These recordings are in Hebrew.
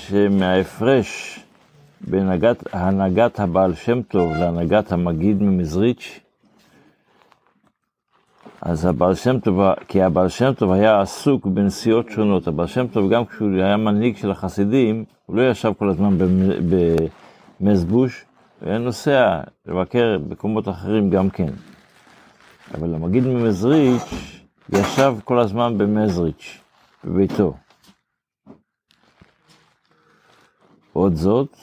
שמההפרש בין הנהגת הבעל שם טוב להנהגת המגיד ממזריץ', אז הבעל שם טוב, כי הבעל שם טוב היה עסוק בנסיעות שונות. הבעל שם טוב, גם כשהוא היה מנהיג של החסידים, הוא לא ישב כל הזמן במזבוש, הוא היה נוסע לבקר במקומות אחרים גם כן. אבל המגיד ממזריץ' ישב כל הזמן במזריץ', בביתו. עוד זאת,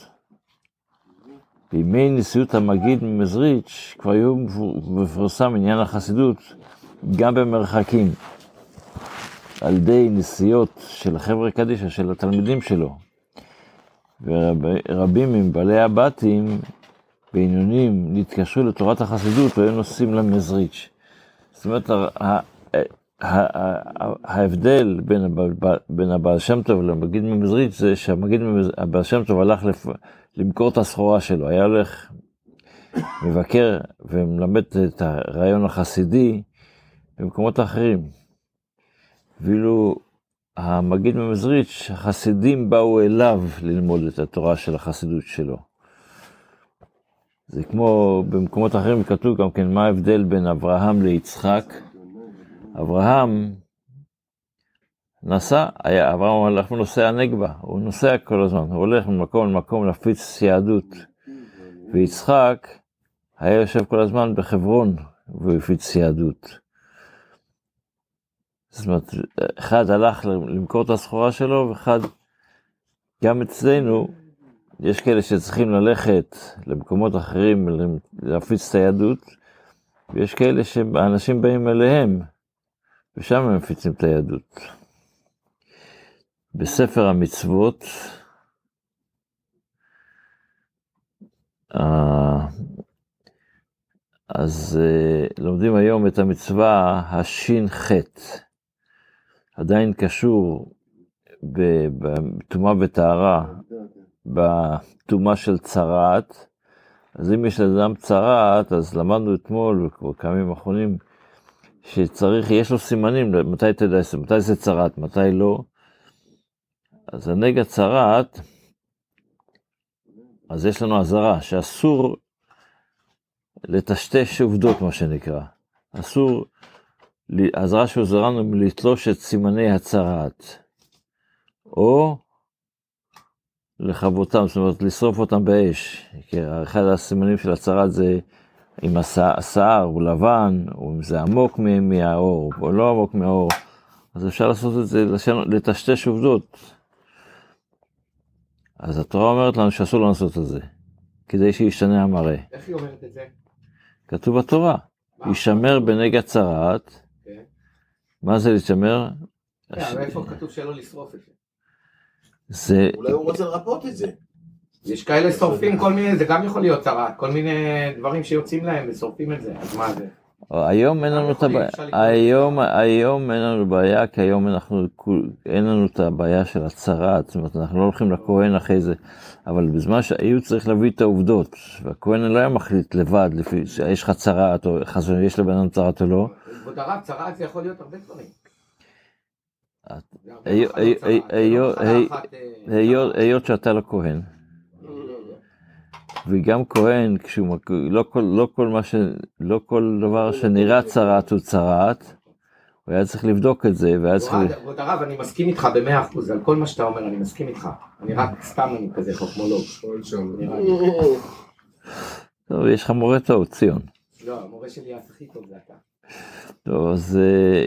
בימי נשיאות המגיד ממזריץ' כבר היו מפורסם עניין החסידות גם במרחקים, על ידי נסיעות של חבר'ה קדישא, של התלמידים שלו. ורבים מבעלי הבתים בעניונים נתקשרו לתורת החסידות והיו נוסעים למזריץ'. זאת אומרת, ההבדל בין הבעל שם טוב למגיד ממזריץ' זה שהבעל שם טוב הלך למכור את הסחורה שלו, היה הולך מבקר ומלמד את הרעיון החסידי במקומות אחרים. ואילו המגיד ממזריץ', החסידים באו אליו ללמוד את התורה של החסידות שלו. זה כמו במקומות אחרים כתוב גם כן מה ההבדל בין אברהם ליצחק. אברהם אברהם הלך ונוסע נגבה, הוא נוסע כל הזמן, הוא הולך ממקום למקום להפיץ יהדות. ויצחק היה יושב כל הזמן בחברון והוא הפיץ יהדות. זאת אומרת, אחד הלך למכור את הסחורה שלו, ואחד, גם אצלנו, יש כאלה שצריכים ללכת למקומות אחרים להפיץ את היהדות, ויש כאלה שהאנשים באים אליהם, ושם הם מפיצים את היהדות. בספר המצוות, אז לומדים היום את המצווה השין חט. עדיין קשור בטומאה וטהרה, בטומאה של צרעת. אז אם יש לאדם צרעת, אז למדנו אתמול וכמה ימים אחרונים, שצריך, יש לו סימנים, מתי תדע, מתי זה צרעת, מתי לא. אז הנגע צרעת, אז יש לנו עזרה, שאסור לטשטש עובדות, מה שנקרא. אסור, עזרה שעוזרה לנו לתלוש את סימני הצרעת, או לחבותם, זאת אומרת, לשרוף אותם באש. כי אחד הסימנים של הצרעת זה אם השיער הוא לבן, או אם זה עמוק מהאור, או לא עמוק מהאור. אז אפשר לעשות את זה, לטשטש עובדות. אז התורה אומרת לנו שאסור לנו לעשות את זה, כדי שישתנה המראה. איך היא אומרת את זה? כתוב בתורה, יישמר בנגע צרעת. מה זה להישמר? אבל איפה כתוב שלא לשרוף את זה? זה... אולי הוא רוצה לרפות את זה. יש כאלה שורפים כל מיני, זה גם יכול להיות צרעת, כל מיני דברים שיוצאים להם ושורפים את זה, אז מה זה? היום אין לנו את הבעיה, היום אין לנו בעיה, כי היום אין לנו את הבעיה של הצרעת, זאת אומרת, אנחנו לא הולכים לכהן אחרי זה, אבל בזמן שהיו צריך להביא את העובדות, והכהן לא היה מחליט לבד, לפי שיש לך צרעת, או יש לבן אדם צרעת או לא. כבוד הרב, צרעת זה יכול להיות הרבה דברים. היות שאתה לא כהן, וגם כהן, לא כל דבר שנראה צרעת הוא צרעת, הוא היה צריך לבדוק את זה, כבוד הרב, אני מסכים איתך ב100%, על כל מה שאתה אומר, אני מסכים איתך. אני רק סתם אני כזה חוכמולוג. טוב, יש לך מורה טוב, ציון. לא, המורה שלי הכי טוב זה אתה. טוב, אז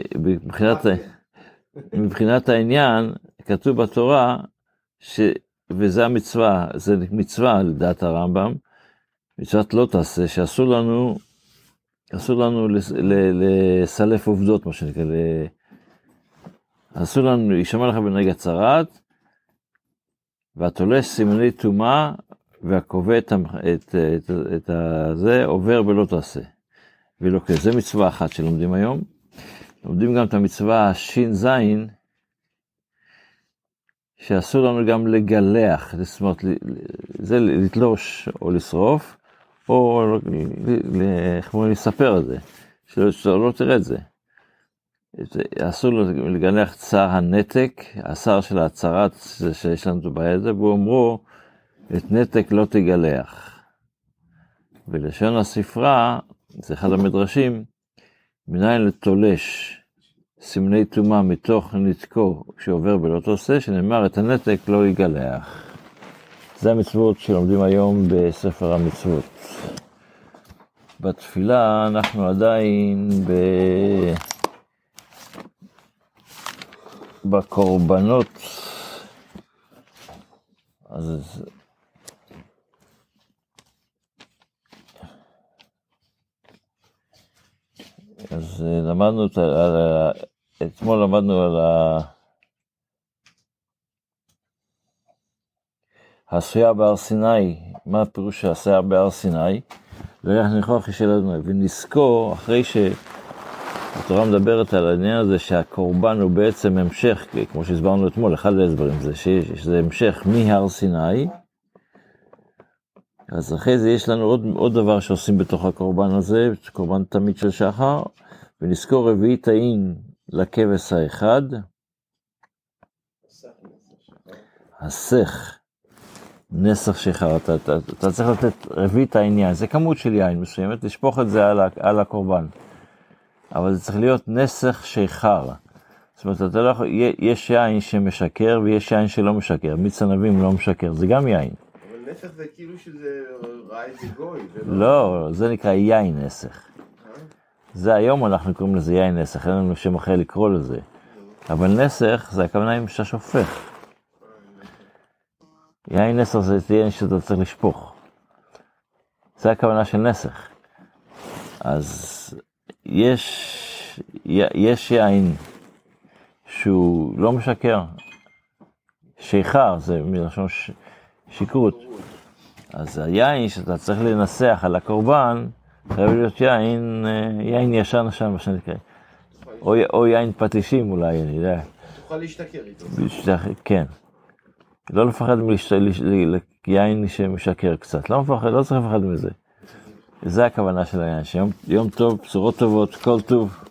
מבחינת העניין, כתוב בתורה, וזה המצווה, זה מצווה לדעת הרמב"ם, מצוות לא תעשה, שאסור לנו לסלף עובדות, מה שנקרא, אסור לנו, יישמע לך בנגע צרעת, והתולש סימני טומאה, והקובע את זה, עובר ולא תעשה. ולא כן, זה מצווה אחת שלומדים היום. לומדים גם את המצווה השין זין, שאסור לנו גם לגלח, זאת אומרת, זה לתלוש או לשרוף, או לספר את זה, שלא תראה את זה. אסור לגלח צער הנתק, הצער של הצרת שיש לנו ביד, והוא אמרו, את נתק לא תגלח. ולשון הספרה, זה אחד המדרשים, מניין לתולש סמני תומה מתוך נתקו כשעובר בלא תעשה, שנאמר את הנתק לא יגלח. זה המצוות שלומדים היום בספר המצוות. בתפילה אנחנו עדיין בקורבנות, אז למדנו, אתמול למדנו על העשייה בהר סיני. מה הפירוש העשייה בהר סיני? ואנחנו נכוח של אדוני, ונזכור, אחרי שהתורה מדברת על העניין הזה שהקורבן הוא בעצם המשך, כמו שהסברנו אתמול, אחד ההסברים זה שזה המשך מהר סיני, אז אחרי זה יש לנו עוד דבר שעושים בתוך הקורבן הזה, קורבן תמיד של שחר, ונזכור רביעית העין לכבש האחד, הסך, נסח שחר, אתה צריך לתת רביעית העניין, זה כמות של יין מסוימת, לשפוך את זה על הקורבן, אבל זה צריך להיות נסח שחר, זאת אומרת, אתה לא יכול, יש יין שמשקר ויש יין שלא משקר, מיץ ענבים לא משקר, זה גם יין. נסח זה כאילו שזה רעי וגוי. לא, זה נקרא יין נסח. זה היום אנחנו קוראים לזה יין נסח, אין לנו שם אחר לקרוא לזה. אבל נסח זה הכוונה עם ששופך. יין נסח זה יין שאתה צריך לשפוך. זה הכוונה של נסח. אז יש יין שהוא לא משקר. שיכר זה מלשון שיקרות. אז היין שאתה צריך לנסח על הקורבן, חייב להיות יין ישן שם, מה שנקרא. או יין פטישים אולי, אני יודע. תוכל להשתכר איתו. כן. לא לפחד מיין שמשקר קצת. לא צריך לפחד מזה. זה הכוונה של היין. שיום טוב, בשורות טובות, כל טוב.